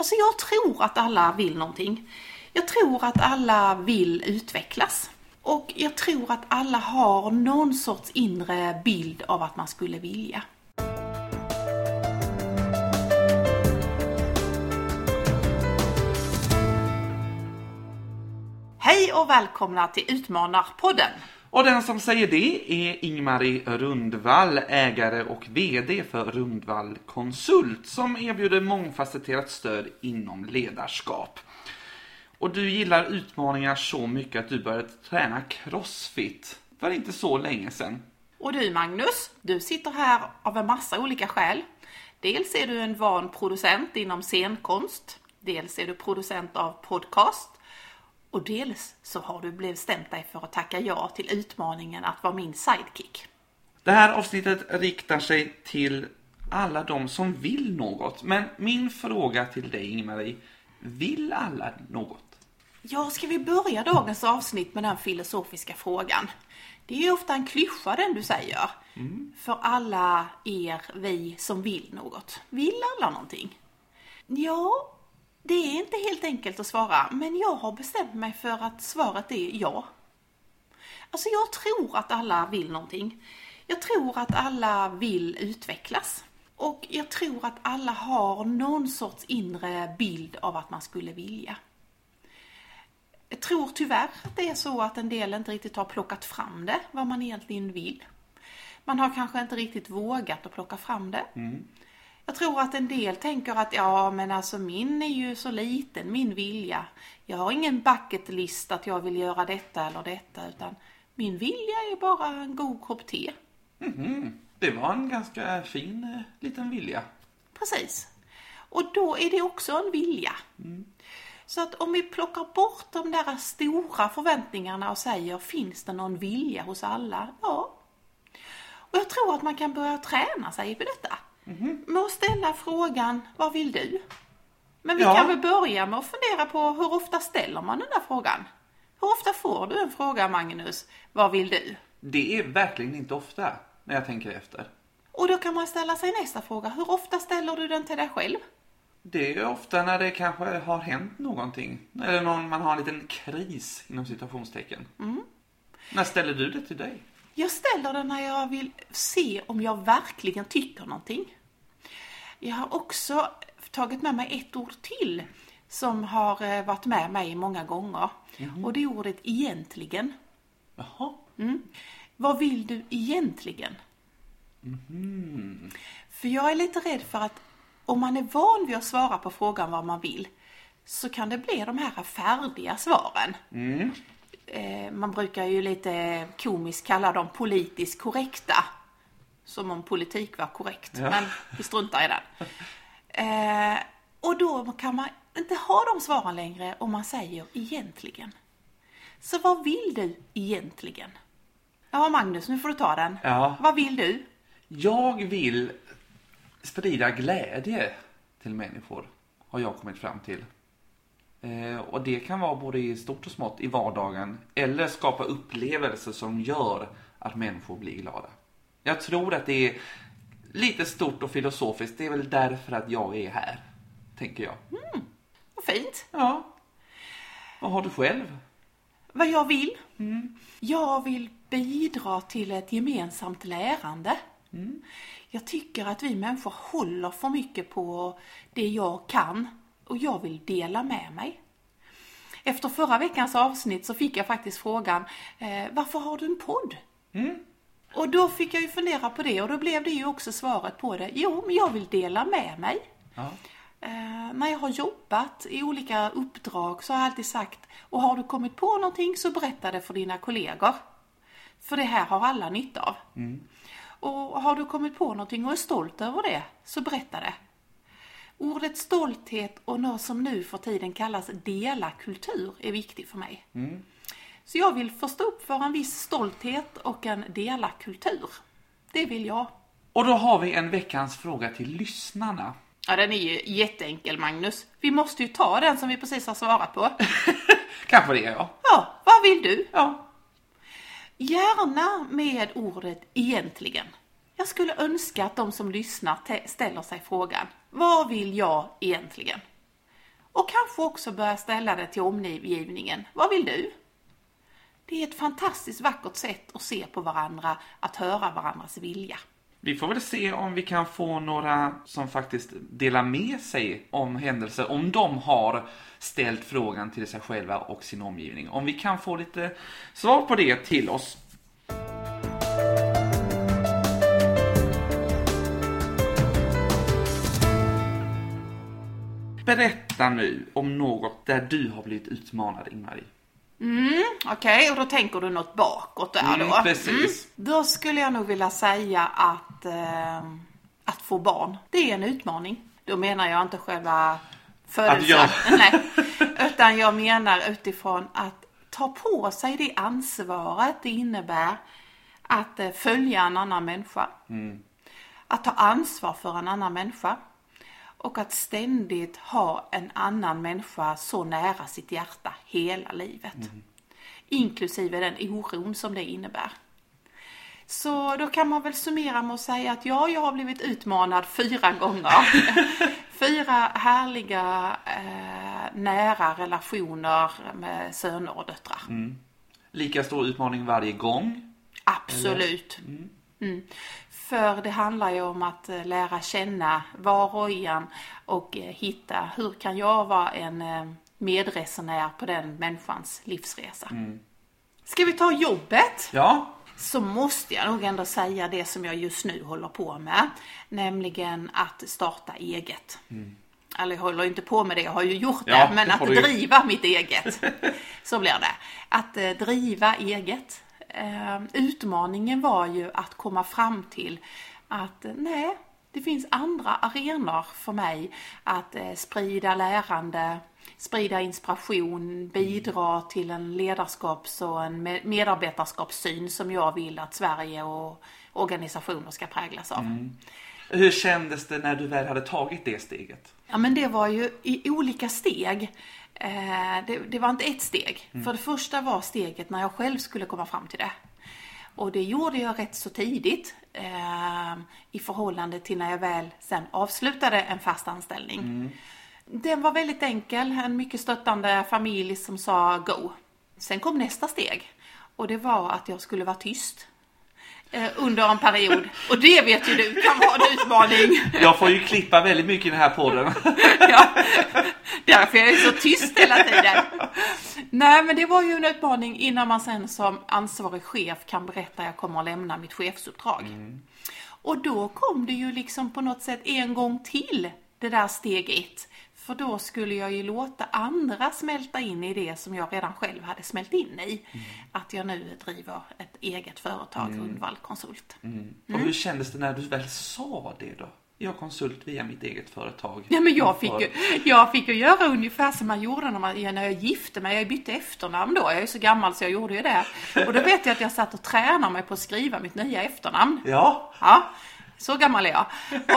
Alltså jag tror att alla vill någonting. Jag tror att alla vill utvecklas. Och jag tror att alla har någon sorts inre bild av att man skulle vilja. Hej och välkomna till Utmanarpodden. Och den som säger det är Ingmarie Rundvall, ägare och vd för Rundvall Konsult, som erbjuder mångfacetterat stöd inom ledarskap. Och du gillar utmaningar så mycket att du började träna crossfit för inte så länge sedan. Och du Magnus, du sitter här av en massa olika skäl. Dels är du en van producent inom scenkonst, dels är du producent av podcast. Och dels så har du bestämt dig för att tacka ja till utmaningen att vara min sidekick. Det här avsnittet riktar sig till alla de som vill något. Men min fråga till dig Ingmarie, vill alla något? Ja, ska vi börja dagens avsnitt med den filosofiska frågan? Det är ju ofta en klyscha den du säger. För alla vi som vill något. Vill alla någonting? Ja, det är inte helt enkelt att svara, men jag har bestämt mig för att svaret är ja. Alltså jag tror att alla vill någonting. Jag tror att alla vill utvecklas. Och jag tror att alla har någon sorts inre bild av att man skulle vilja. Jag tror tyvärr att det är så att en del inte riktigt har plockat fram det, vad man egentligen vill. Man har kanske inte riktigt vågat att plocka fram det. Jag tror att en del tänker att ja, men alltså min är ju så liten, min vilja. Jag har ingen bucket list att jag vill göra detta eller detta, utan min vilja är bara en god kopp te. Det var en ganska fin liten vilja. Precis. Och då är det också en vilja. Så att om vi plockar bort de där stora förväntningarna och säger, finns det någon vilja hos alla? Ja. Och jag tror att man kan börja träna sig på detta. Med att ställa frågan, vad vill du? Men vi kan väl börja med att fundera på hur ofta ställer man den där frågan? Hur ofta får du en fråga, Magnus? Vad vill du? Det är verkligen inte ofta när jag tänker efter. Och då kan man ställa sig nästa fråga. Hur ofta ställer du den till dig själv? Det är ofta när det kanske har hänt någonting. Eller man har en liten kris inom citationstecken. När ställer du det till dig? Jag ställer den när jag vill se om jag verkligen tycker någonting. Jag har också tagit med mig ett ord till som har varit med mig många gånger. Och det är ordet egentligen. Jaha. Vad vill du egentligen? För jag är lite rädd för att om man är van vid att svara på frågan vad man vill, så kan det bli de här färdiga svaren. Man brukar ju lite komiskt kalla dem politiskt korrekta. Som om politik var korrekt. Ja. Men vi struntar i den. Och då kan man inte ha de svaren längre om man säger egentligen. Så vad vill du egentligen? Ja, Magnus, nu får du ta den. Ja. Vad vill du? Jag vill sprida glädje till människor, har jag kommit fram till. Och det kan vara både i stort och smått i vardagen, eller skapa upplevelser som gör att människor blir glada. Jag tror att det är lite stort och filosofiskt. Det är väl därför att jag är här, tänker jag. Vad fint. Ja. Vad har du själv? Vad jag vill? Jag vill bidra till ett gemensamt lärande. Jag tycker att vi människor håller för mycket på det jag kan. Och jag vill dela med mig. Efter förra veckans avsnitt så fick jag faktiskt frågan, varför har du en podd? Och då fick jag ju fundera på det, och då blev det ju också svaret på det. Jo, men jag vill dela med mig. Ja. När jag har jobbat i olika uppdrag så har jag alltid sagt, och har du kommit på någonting så berätta det för dina kollegor. För det här har alla nytta av. Och har du kommit på någonting och är stolt över det, så berätta det. Ordet stolthet och något som nu för tiden kallas delakultur är viktigt för mig. Så jag vill förstå upp för en viss stolthet och en delakultur. Det vill jag. Och då har vi en veckans fråga till lyssnarna. Ja, den är ju jätteenkel, Magnus. Vi måste ju ta den som vi precis har svarat på. Kanske det, ja. Ja, vad vill du? Ja. Gärna med ordet egentligen. Jag skulle önska att de som lyssnar ställer sig frågan, vad vill jag egentligen? Och kanske också börja ställa det till omgivningen. Vad vill du? Det är ett fantastiskt vackert sätt att se på varandra, att höra varandras vilja. Vi får väl se om vi kan få några som faktiskt delar med sig om händelser. Om de har ställt frågan till sig själva och sin omgivning. Om vi kan få lite svar på det till oss. Berätta nu om något där du har blivit utmanad, Ingmarie. Okej, och då tänker du något bakåt där då. Precis. Då skulle jag nog vilja säga att få barn, det är en utmaning. Då menar jag inte själva födelsen, nej, utan jag menar utifrån att ta på sig det ansvaret det innebär att följa en annan människa. Att ta ansvar för en annan människa. Och att ständigt ha en annan människa så nära sitt hjärta hela livet. Inklusive den oron som det innebär. Så då kan man väl summera med att säga att jag har blivit utmanad 4 gånger. 4 härliga, nära relationer med söner och döttrar. Lika stor utmaning varje gång? Absolut. För det handlar ju om att lära känna var och en och hitta hur kan jag vara en medresenär på den människans livsresa. Ska vi ta jobbet? Ja. Så måste jag nog ändå säga det som jag just nu håller på med. Nämligen att starta eget. Eller jag håller inte på med det, jag har ju gjort det. Men att driva mitt eget. Så blir det. Att driva eget. Utmaningen var ju att komma fram till att nej, det finns andra arenor för mig att sprida lärande, sprida inspiration, bidra till en ledarskaps- och en medarbetarskapssyn som jag vill att Sverige och organisationer ska präglas av. Hur kändes det när du väl hade tagit det steget? Ja, men det var ju i olika steg. Det var inte ett steg. För det första var steget när jag själv skulle komma fram till det. Och det gjorde jag rätt så tidigt i förhållande till när jag väl sen avslutade en fast anställning. Den var väldigt enkel. En mycket stöttande familj som sa go. Sen kom nästa steg. Och det var att jag skulle vara tyst under en period. Och det vet ju du kan vara en utmaning. Jag får ju klippa väldigt mycket i den här podden. Ja, därför är jag så tyst hela tiden. Nej, men det var ju en utmaning innan man sen som ansvarig chef kan berätta att jag kommer att lämna mitt chefsuppdrag. Och då kom det ju liksom på något sätt en gång till det där steg 1. För då skulle jag ju låta andra smälta in i det som jag redan själv hade smält in i. Att jag nu driver ett eget företag, Rundvall Konsult. Och hur kändes det när du väl sa det då? Jag är konsult via mitt eget företag. Ja, men jag fick ju göra ungefär som man gjorde när jag gifte mig. Jag bytte efternamn då. Jag är så gammal så jag gjorde ju det. Och då vet jag att jag satt och tränade mig på att skriva mitt nya efternamn. Ja. Så gammal är jag.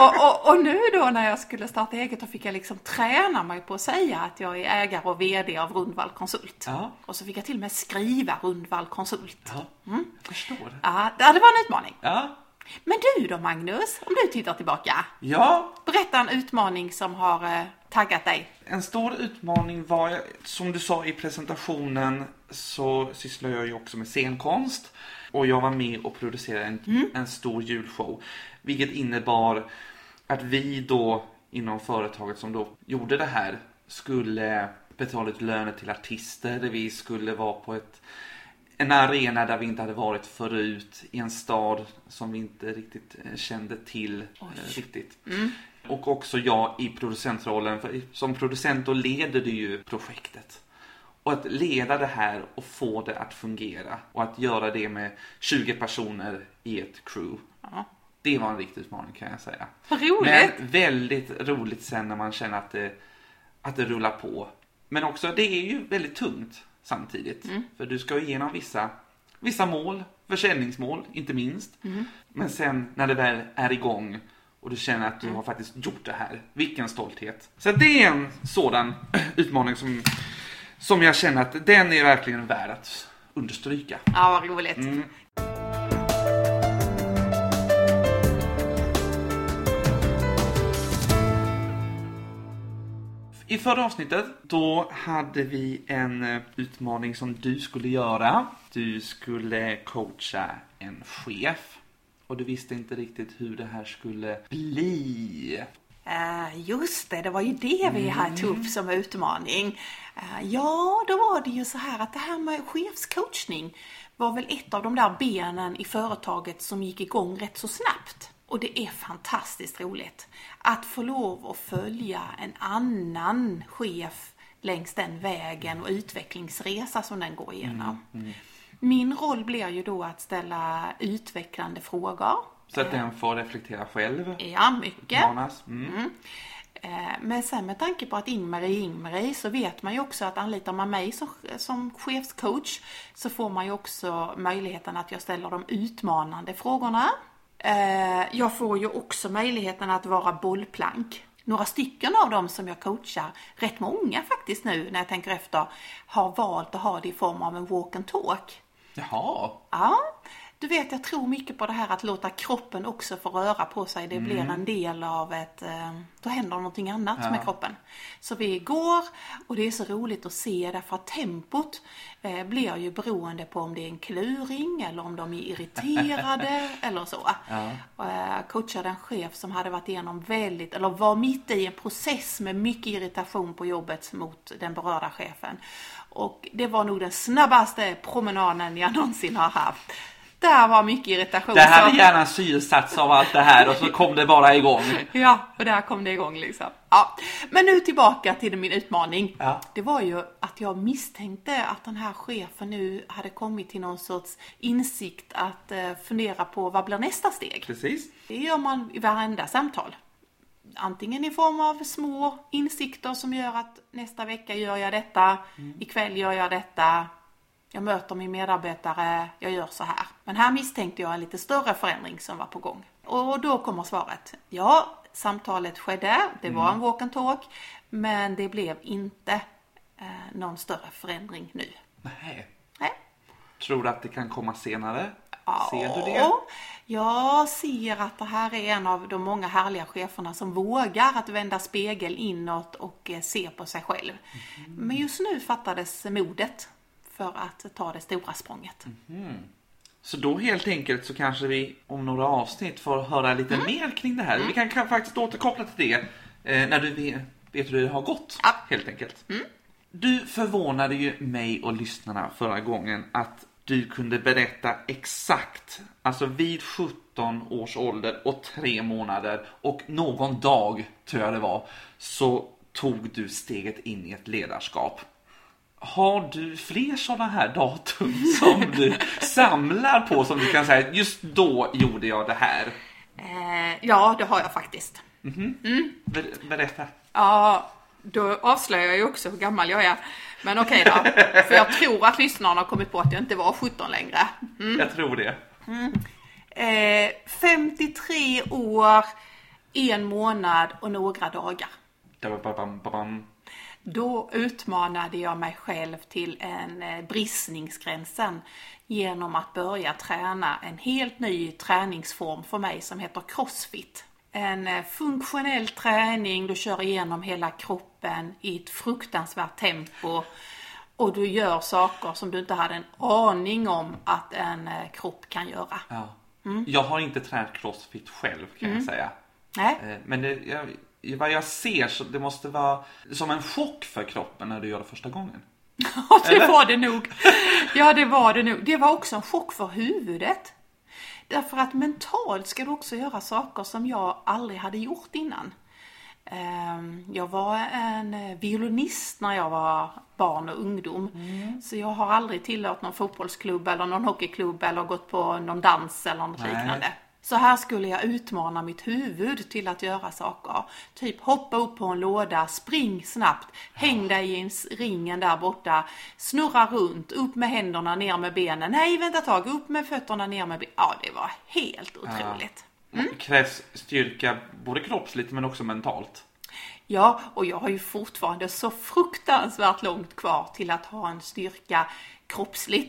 Och nu då när jag skulle starta eget, då fick jag liksom träna mig på att säga att jag är ägare och vd av Rundvall Konsult. Ja. Och så fick jag till och med skriva Rundvall Konsult. Ja, jag förstår det. Ja, det var en utmaning. Ja. Men du då, Magnus, om du tittar tillbaka. Ja. Berätta en utmaning som har taggat dig. En stor utmaning var, som du sa i presentationen, så sysslar jag ju också med scenkonst. Och jag var med och producerade en stor julshow. Vilket innebar att vi då inom företaget som då gjorde det här skulle betala ut löner till artister. Vi skulle vara på en arena där vi inte hade varit förut. I en stad som vi inte riktigt kände till riktigt. Och också jag i producentrollen. För som producent då leder du ju projektet. Och att leda det här och få det att fungera. Och att göra det med 20 personer i ett crew. Ja. Det var en riktig utmaning kan jag säga. Vad roligt. Men väldigt roligt sen när man känner att det rullar på. Men också det är ju väldigt tungt samtidigt. För du ska igenom vissa mål. Försäljningsmål inte minst. Men sen när det väl är igång och du känner att du har faktiskt gjort det här. Vilken stolthet. Så det är en sådan utmaning som jag känner att den är verkligen värd att understryka. Ja, vad roligt. I förra avsnittet då hade vi en utmaning som du skulle göra. Du skulle coacha en chef och du visste inte riktigt hur det här skulle bli. Just det var ju det vi här tog upp som utmaning. Ja, då var det ju så här att det här med chefscoachning var väl ett av de där benen i företaget som gick igång rätt så snabbt. Och det är fantastiskt roligt att få lov att följa en annan chef längs den vägen och utvecklingsresa som den går igenom. Min roll blir ju då att ställa utvecklande frågor. Så att den får reflektera själv. Ja, mycket. Men sen med tanke på att Ingmarie så vet man ju också att anlitar man mig som chefscoach så får man ju också möjligheten att jag ställer de utmanande frågorna. Jag får ju också möjligheten att vara bollplank. Några stycken av dem som jag coachar, rätt många faktiskt nu när jag tänker efter, har valt att ha det i form av en walk and talk. Jaha. Ja, du vet, jag tror mycket på det här att låta kroppen också få röra på sig. Det blir en del av då händer någonting annat med kroppen. Så vi går och det är så roligt att se därför att tempot blir ju beroende på om det är en kluring eller om de är irriterade eller så. Jag coachade en chef som hade varit igenom var mitt i en process med mycket irritation på jobbet mot den berörda chefen. Och det var nog den snabbaste promenaden jag någonsin har haft. Där var mycket irritation. Det hade gärna syresats av allt det här och så kom det bara igång. Ja, och där kom det igång liksom. Ja. Men nu tillbaka till min utmaning. Ja. Det var ju att jag misstänkte att den här chefen nu hade kommit till någon sorts insikt att fundera på vad blir nästa steg. Precis. Det gör man i varenda samtal. Antingen i form av små insikter som gör att nästa vecka gör jag detta, ikväll gör jag detta. Jag möter min medarbetare, jag gör så här. Men här misstänkte jag en lite större förändring som var på gång. Och då kommer svaret. Ja, samtalet skedde, det var en walk and talk. Men det blev inte någon större förändring nu. Nej. Nej. Tror du att det kan komma senare? Ja, ser du det? Jag ser att det här är en av de många härliga cheferna som vågar att vända spegel inåt och se på sig själv. Men just nu fattades modet för att ta det stora språnget. Så då helt enkelt så kanske vi om några avsnitt får höra lite mer kring det här. Vi kan faktiskt återkoppla till det när du vet hur det har gått, helt enkelt. Du förvånade ju mig och lyssnarna förra gången att du kunde berätta exakt, alltså vid 17 års ålder och 3 månader och någon dag tror jag det var, så tog du steget in i ett ledarskap. Har du fler sådana här datum som du samlar på som du kan säga, just då gjorde jag det här? Ja, det har jag faktiskt. Berätta. Ja, då avslöjar jag ju också hur gammal jag är. Men okej då, för jag tror att lyssnarna har kommit på att jag inte var 17 längre. Jag tror det. 53 år, 1 månad och några dagar. Då utmanade jag mig själv till en bristningsgränsen genom att börja träna en helt ny träningsform för mig som heter CrossFit. En funktionell träning, du kör igenom hela kroppen i ett fruktansvärt tempo och du gör saker som du inte hade en aning om att en kropp kan göra. Ja. Jag har inte tränat CrossFit själv kan jag säga. Nej. Men vad jag ser så det måste vara som en chock för kroppen när du gör det första gången. Ja, det var det nog. Ja, det var det nog. Det var också en chock för huvudet. Därför att mentalt ska du också göra saker som jag aldrig hade gjort innan. Jag var en violinist när jag var barn och ungdom. Så jag har aldrig tillhört någon fotbollsklubb eller någon hockeyklubb eller gått på någon dans eller något liknande. Så här skulle jag utmana mitt huvud till att göra saker. Typ hoppa upp på en låda, spring snabbt, häng dig i ringen där borta, snurra runt, upp med händerna, ner med benen. Nej, vänta ett tag, upp med fötterna, ner med benen. Ja, det var helt otroligt. Det krävs styrka både kroppsligt men också mentalt. Ja, och jag har ju fortfarande så fruktansvärt långt kvar till att ha en styrka kroppsligt.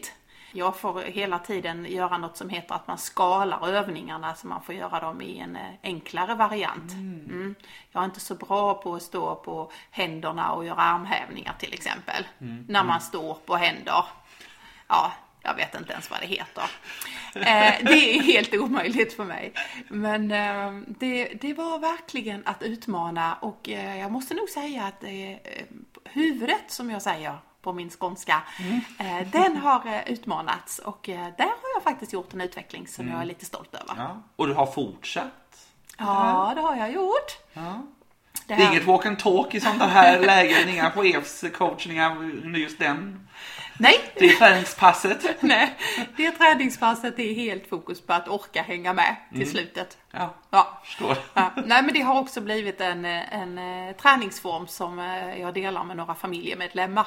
Jag får hela tiden göra något som heter att man skalar övningarna så man får göra dem i en enklare variant. Jag är inte så bra på att stå på händerna och göra armhävningar till exempel. När man står på händer. Ja, jag vet inte ens vad det heter. Det är helt omöjligt för mig. Men det var verkligen att utmana, och jag måste nog säga att huvudet, som jag säger på min skånska, den har utmanats, och där har jag faktiskt gjort en utveckling som jag är lite stolt över. Ja. Och du har fortsatt? Ja, det har jag gjort. Ja. Det är inget walk and talk i sådana här lägen, inga chefscoachningar under just den? Nej. Det är träningspasset? Nej, det träningspasset är helt fokus på att orka hänga med till slutet. Ja. Förstår. Ja. Nej, men det har också blivit en träningsform som jag delar med några familjemedlemmar.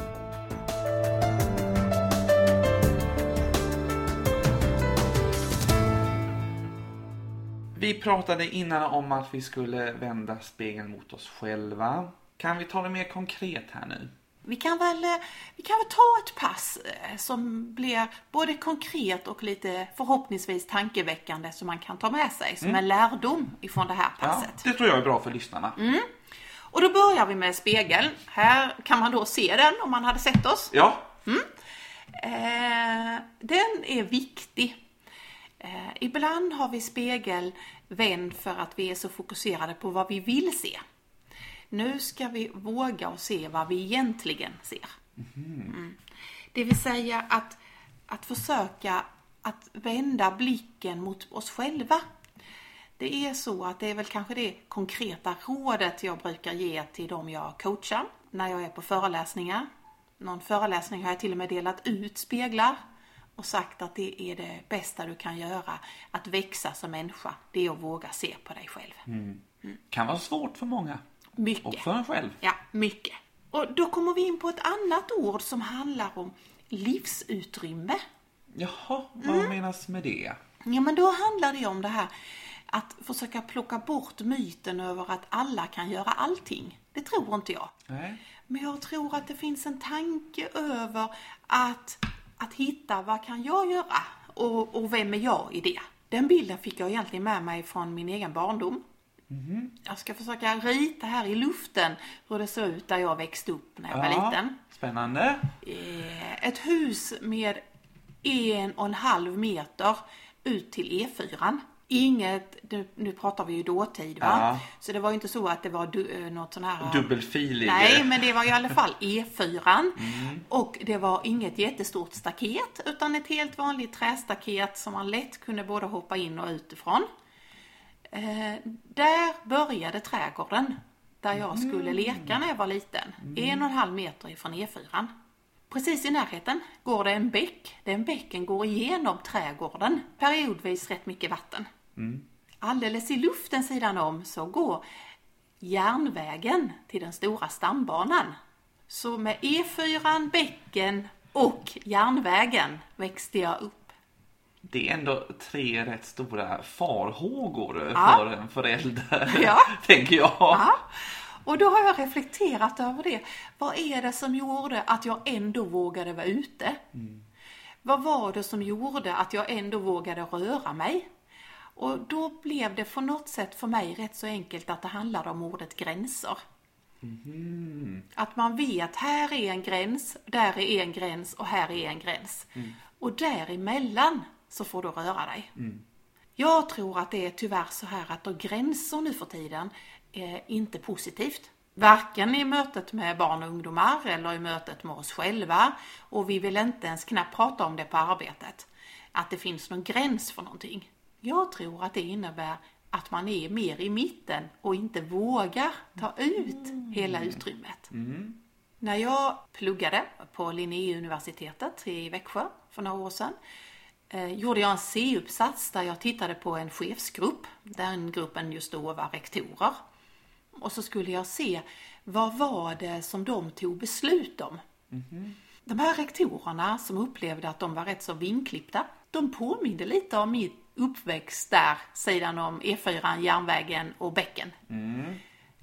Vi pratade innan om att vi skulle vända spegeln mot oss själva. Kan vi ta det mer konkret här nu? Vi kan väl ta ett pass som blir både konkret och lite förhoppningsvis tankeväckande som man kan ta med sig som en lärdom ifrån det här passet. Ja, det tror jag är bra för lyssnarna. Och då börjar vi med spegeln. Här kan man då se den om man hade sett oss. Ja. Den är viktig. Ibland har vi spegel vänd för att vi är så fokuserade på vad vi vill se. Nu ska vi våga och se vad vi egentligen ser. Det vill säga att försöka att vända blicken mot oss själva. Det är så att det är väl kanske det konkreta rådet jag brukar ge till dem jag coachar när jag är på föreläsningar. Någon föreläsning har jag till och med delat ut speglar och sagt att det är det bästa du kan göra, att växa som människa. Det är att våga se på dig själv. Kan vara svårt för många. Mycket. Och för en själv. Ja, mycket. Och då kommer vi in på ett annat ord som handlar om livsutrymme. Jaha, vad menas med det? Ja, men då handlar det om det här att försöka plocka bort myten över att alla kan göra allting. Det tror inte jag. Nej. Men jag tror att det finns en tanke över att hitta vad kan jag göra och vem är jag i det. Den bilden fick jag egentligen med mig från min egen barndom. Jag ska försöka rita här i luften hur det såg ut där jag växte upp när jag var liten. Spännande. Ett hus med 1,5 meter ut till E4. Nu pratar vi ju dåtid, va? Ja. Så det var ju inte så att det var något sån här... Dubbelfil. Nej, men det var i alla fall E4. Och det var inget jättestort staket utan ett helt vanligt trästaket som man lätt kunde både hoppa in och utifrån. Där började trädgården där jag skulle leka när jag var liten. 1,5 meter ifrån E4. Precis i närheten går det en bäck. Den bäcken går igenom trädgården. Periodvis rätt mycket vatten. Alldeles i luften sidan om så går järnvägen till den stora stambanan. Så med E4, bäcken och järnvägen växte jag upp. Det är ändå 3 rätt stora farhågor för en förälder, tänker jag. Ja. Och då har jag reflekterat över det. Vad är det som gjorde att jag ändå vågade vara ute? Vad var det som gjorde att jag ändå vågade röra mig? Och då blev det på något sätt för mig rätt så enkelt att det handlade om ordet gränser. Att man vet, här är en gräns, där är en gräns och här är en gräns. Och däremellan så får du röra dig. Jag tror att det är tyvärr så här att gränser nu för tiden är inte positivt. Varken i mötet med barn och ungdomar eller i mötet med oss själva. Och vi vill inte ens knappt prata om det på arbetet. Att det finns någon gräns för någonting. Jag tror att det innebär att man är mer i mitten och inte vågar ta ut hela utrymmet. När jag pluggade på Linnéuniversitetet i Växjö för några år sedan gjorde jag en C-uppsats där jag tittade på en chefsgrupp. Den gruppen just då var rektorer. Och så skulle jag se vad var det som de tog beslut om. De här rektorerna som upplevde att de var rätt så vinklippta, de påminde lite om mitt uppväxt där sidan om E4, järnvägen och bäcken.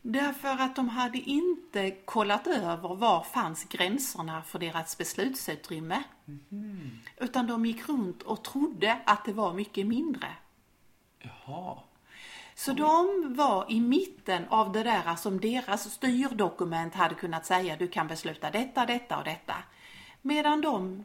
Därför att de hade inte kollat över var fanns gränserna för deras beslutsutrymme. Utan de gick runt och trodde att det var mycket mindre. Jaha. Så de var i mitten av det där som deras styrdokument hade kunnat säga, du kan besluta detta, detta och detta. Medan de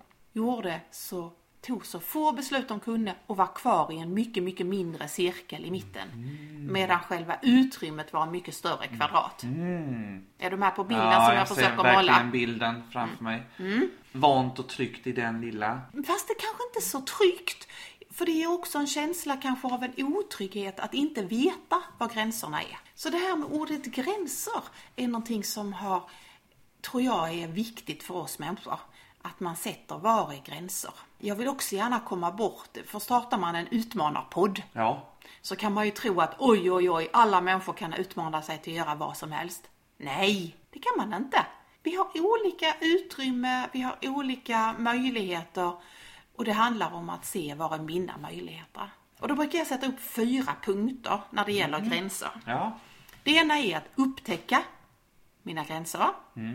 tog så få beslut de kunde och var kvar i en mycket, mycket mindre cirkel i mitten. Medan själva utrymmet var en mycket större kvadrat. Är du med på bilden som jag försöker måla? Ja, jag ser verkligen bilden framför mig. Vant och tryggt i den lilla. Fast det kanske inte är så tryggt. För det är också en känsla kanske av en otrygghet att inte veta vad gränserna är. Så det här med ordet gränser är någonting som tror jag är viktigt för oss människor. Att man sätter var är gränser. Jag vill också gärna komma bort. För startar man en utmanarpodd så kan man ju tro att oj, alla människor kan utmana sig till att göra vad som helst. Nej, det kan man inte. Vi har olika utrymme, vi har olika möjligheter. Och det handlar om att se vad är mina möjligheter. Och då brukar jag sätta upp 4 punkter när det gäller gränser. Ja. Det ena är att upptäcka mina gränser.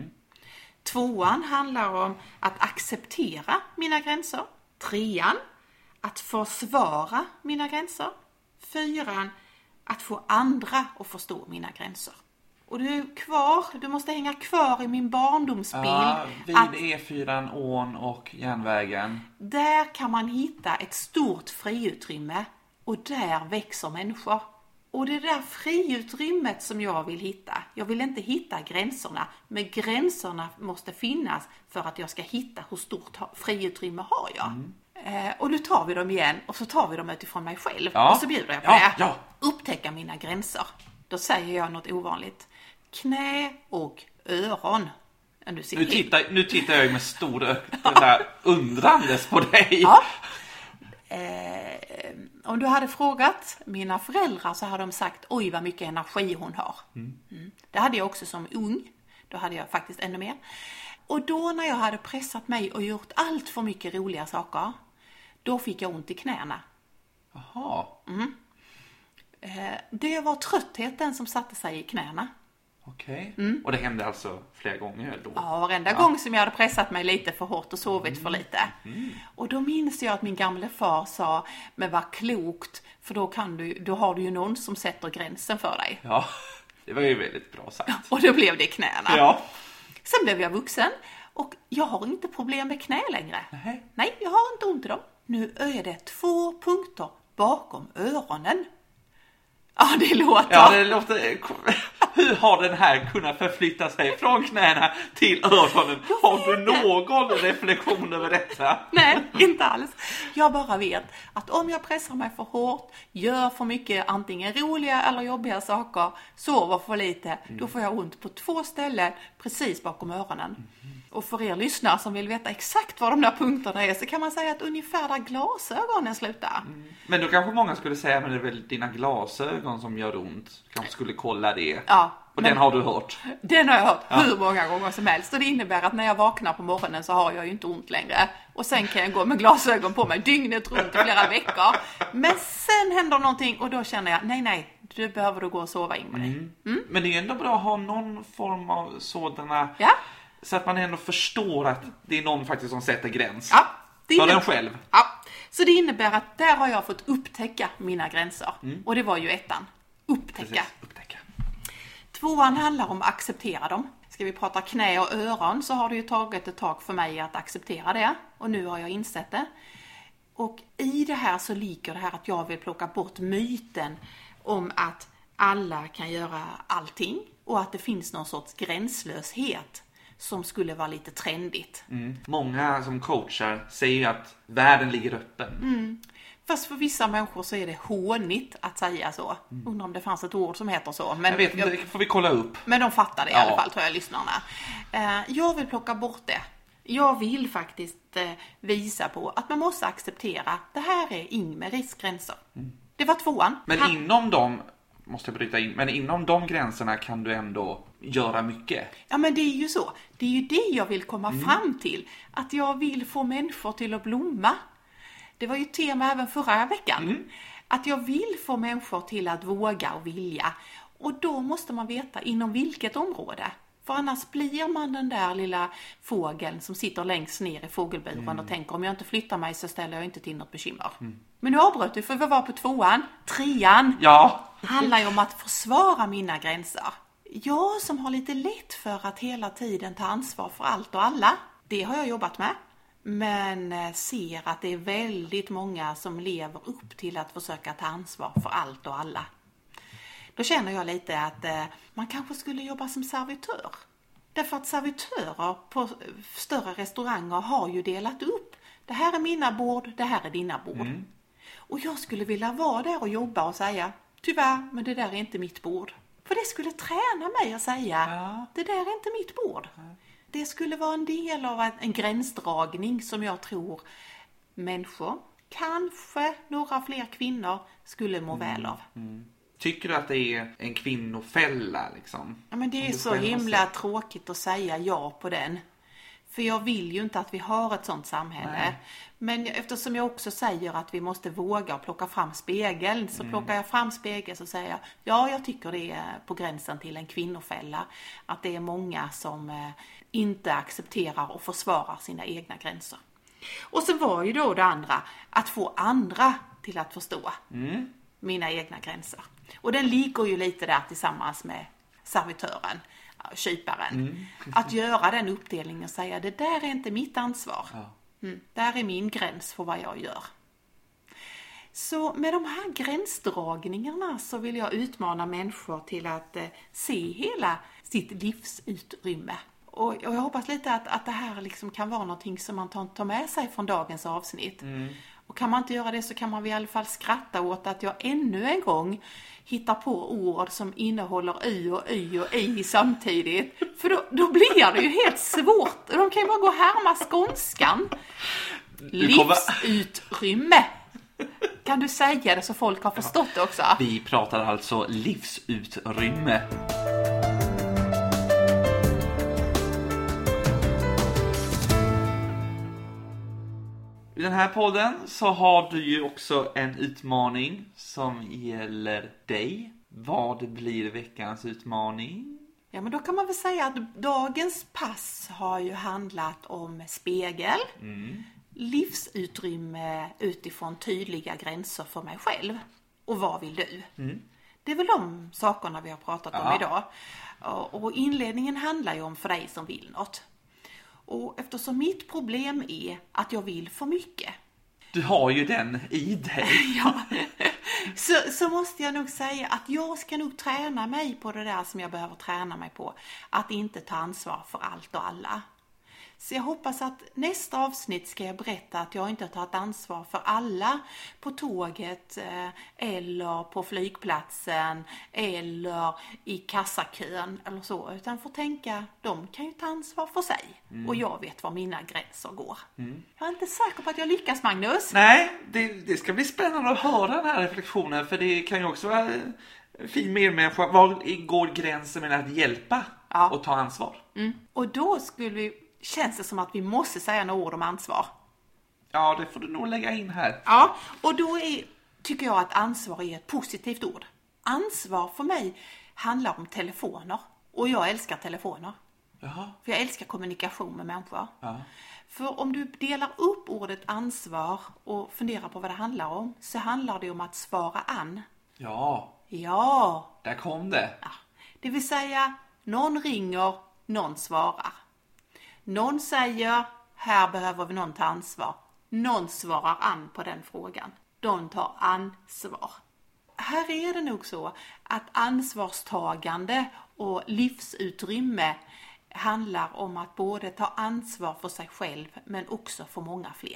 2:an handlar om att acceptera mina gränser. 3:an att försvara mina gränser. 4:an att få andra att förstå mina gränser. Och du måste hänga kvar i min barndomsbild. Ja, vid E4, ån och järnvägen. Där kan man hitta ett stort friutrymme och där växer människor. Och det där friutrymmet som jag vill hitta. Jag vill inte hitta gränserna, men gränserna måste finnas för att jag ska hitta hur stort friutrymme har jag. Och nu tar vi dem igen och så tar vi dem utifrån mig själv. Och så bjuder jag på det. Ja. Upptäcka mina gränser. Då säger jag något ovanligt. Knä och öron. Nu tittar jag med stor undrandes på dig. Ja. Om du hade frågat mina föräldrar så hade de sagt oj vad mycket energi hon har. Det hade jag också som ung. Då hade jag faktiskt ännu mer. Och då när jag hade pressat mig och gjort allt för mycket roliga saker, då fick jag ont i knäna. Jaha. Det var tröttheten som satte sig i knäna. Okej. Och det hände alltså flera gånger då? Ja, varenda gång som jag hade pressat mig lite för hårt och sovit för lite. Och då minns jag att min gamla far sa, men vad klokt, för då har du ju någon som sätter gränsen för dig. Ja, det var ju väldigt bra sagt. Och då blev det knäna. Ja. Sen blev jag vuxen och jag har inte problem med knä längre. Nej, jag har inte ont i dem. Nu är det 2 punkter bakom öronen. Ja, det låter... Hur har den här kunnat förflytta sig från knäna till öronen? Har du någon reflektion över detta? Nej, inte alls. Jag bara vet att om jag pressar mig för hårt, gör för mycket antingen roliga eller jobbiga saker, sover för lite, då får jag ont på 2 ställen precis bakom öronen. Och för er lyssnare som vill veta exakt vad de där punkterna är så kan man säga att ungefär där glasögonen slutar. Men då kanske många skulle säga att det är väl dina glasögon som gör ont. Kanske skulle kolla det. Ja. Och den har du hört? Den har jag hört hur många gånger som helst. Och det innebär att när jag vaknar på morgonen så har jag ju inte ont längre. Och sen kan jag gå med glasögon på mig dygnet runt i flera veckor. Men sen händer någonting och då känner jag, nej, du behöver gå och sova in med dig. Men det är ju ändå bra att ha någon form av sådana... Ja. Så att man ändå förstår att det är någon faktiskt som sätter gräns. Ja. För den själv. Ja. Så det innebär att där har jag fått upptäcka mina gränser. Och det var ju 1:an. Upptäcka. Precis, upptäcka. 2:an handlar om att acceptera dem. Ska vi prata knä och öron så har det ju tagit ett tag för mig att acceptera det. Och nu har jag insett det. Och i det här så ligger det här att jag vill plocka bort myten om att alla kan göra allting. Och att det finns någon sorts gränslöshet som skulle vara lite trendigt. Många som coachar säger att världen ligger öppen. Fast för vissa människor så är det hånigt att säga så. Undrar om det fanns ett ord som heter så. Men jag vet inte, det får vi kolla upp. Men de fattar det i alla fall, tror jag, lyssnarna. Jag vill plocka bort det. Jag vill faktiskt visa på att man måste acceptera det här är Ingmaris gränser. Det var 2:an. Men inom dem, måste jag bryta in, men inom de gränserna kan du ändå göra mycket. Ja, men det är ju så. Det är ju det jag vill komma fram till. Att jag vill få människor till att blomma. Det var ju tema även förra veckan. Att jag vill få människor till att våga och vilja. Och då måste man veta inom vilket område. För annars blir man den där lilla fågeln som sitter längst ner i fågelburen och tänker om jag inte flyttar mig så ställer jag inte till något bekymmer. Men nu avbröt vi för vi var på 2:an. 3:an handlar ju om att försvara mina gränser. Jag som har lite lätt för att hela tiden ta ansvar för allt och alla, det har jag jobbat med. Men ser att det är väldigt många som lever upp till att försöka ta ansvar för allt och alla. Då känner jag lite att man kanske skulle jobba som servitör. Därför att servitörer på större restauranger har ju delat upp. Det här är mina bord, det här är dina bord. Och jag skulle vilja vara där och jobba och säga, tyvärr, men det där är inte mitt bord. För det skulle träna mig att säga, det där är inte mitt bord. Det skulle vara en del av en gränsdragning som jag tror människor, kanske några fler kvinnor, skulle må väl av. Tycker du att det är en kvinnofälla liksom? Ja, men det är så himla tråkigt att säga ja på den. För jag vill ju inte att vi har ett sånt samhälle. Nej. Men eftersom jag också säger att vi måste våga plocka fram spegeln. Så plockar jag fram spegeln så säger jag, ja, jag tycker det är på gränsen till en kvinnofälla. Att det är många som inte accepterar och försvarar sina egna gränser. Och så var ju då det andra, att få andra till att förstå mina egna gränser. Och den ligger ju lite där tillsammans med servitören, kyparen. Att göra den uppdelningen och säga, det där är inte mitt ansvar. Där är min gräns för vad jag gör. Så med de här gränsdragningarna så vill jag utmana människor till att se hela sitt livsutrymme. Och jag hoppas lite att det här liksom kan vara någonting som man tar med sig från dagens avsnitt. Och kan man inte göra det så kan man i alla fall skratta åt att jag ännu en gång hittar på ord som innehåller y och i samtidigt. För då blir det ju helt svårt. De kan ju bara gå och härma skånskan. Livsutrymme. Kan du säga det så folk har förstått det också? Vi pratar alltså livsutrymme. I den här podden så har du ju också en utmaning som gäller dig. Vad blir veckans utmaning? Ja, men då kan man väl säga att dagens pass har ju handlat om spegel, livsutrymme utifrån tydliga gränser för mig själv. Och vad vill du? Det är väl de sakerna vi har pratat om idag. Och inledningen handlar ju om för dig som vill något. Och eftersom mitt problem är att jag vill för mycket. Du har ju den i dig. Ja. Så måste jag nog säga att jag ska nog träna mig på det där som jag behöver träna mig på. Att inte ta ansvar för allt och alla. Så jag hoppas att nästa avsnitt ska jag berätta att jag inte har tagit ansvar för alla på tåget eller på flygplatsen eller i kassakön eller så. Utan får tänka, de kan ju ta ansvar för sig. Och jag vet var mina gränser går. Jag är inte säker på att jag lyckas, Magnus. Nej, det ska bli spännande att höra den här reflektionen. För det kan ju också vara fin medmänniska. Var går gränsen mellan att hjälpa och ta ansvar? Och då känns det som att vi måste säga några ord om ansvar. Ja, det får du nog lägga in här. Ja, och då tycker jag att ansvar är ett positivt ord. Ansvar för mig handlar om telefoner. Och jag älskar telefoner. Jaha. För jag älskar kommunikation med människor. Ja. För om du delar upp ordet ansvar och funderar på vad det handlar om, så handlar det om att svara an. Ja. Där kom det. Ja. Det vill säga, någon ringer, någon svarar. Någon säger, här behöver vi någon ta ansvar. Någon svarar an på den frågan. De tar ansvar. Här är det nog så att ansvarstagande och livsutrymme handlar om att både ta ansvar för sig själv men också för många fler.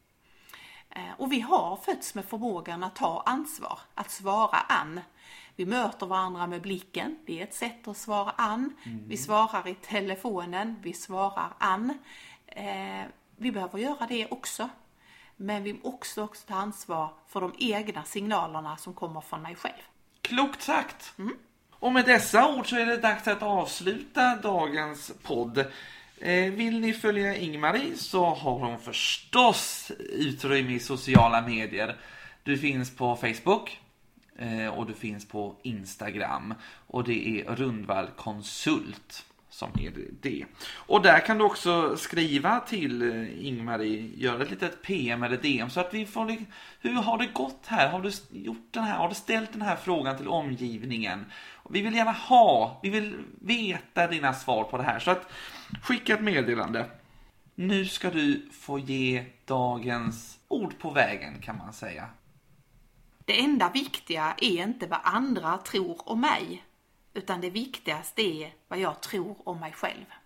Och vi har fötts med förmågan att ta ansvar, att svara an. Vi möter varandra med blicken, det är ett sätt att svara an. Vi svarar i telefonen, vi svarar an. Vi behöver göra det också. Men vi måste också ta ansvar för de egna signalerna som kommer från mig själv. Klokt sagt! Och med dessa ord så är det dags att avsluta dagens podd. Vill ni följa Ingmarie så har hon förstås utrymme i sociala medier. Du finns på Facebook, Och du finns på Instagram. Och det är Rundvall Konsult som är det. Och där kan du också skriva till Ingmarie, göra ett litet PM eller DM så att vi får, hur har det gått här? Har du gjort den här? Har du ställt den här frågan till omgivningen? Och vi vill gärna vi vill veta dina svar på det här. Så att skicka ett meddelande. Nu ska du få ge dagens ord på vägen, kan man säga. Det enda viktiga är inte vad andra tror om mig, utan det viktigaste är vad jag tror om mig själv.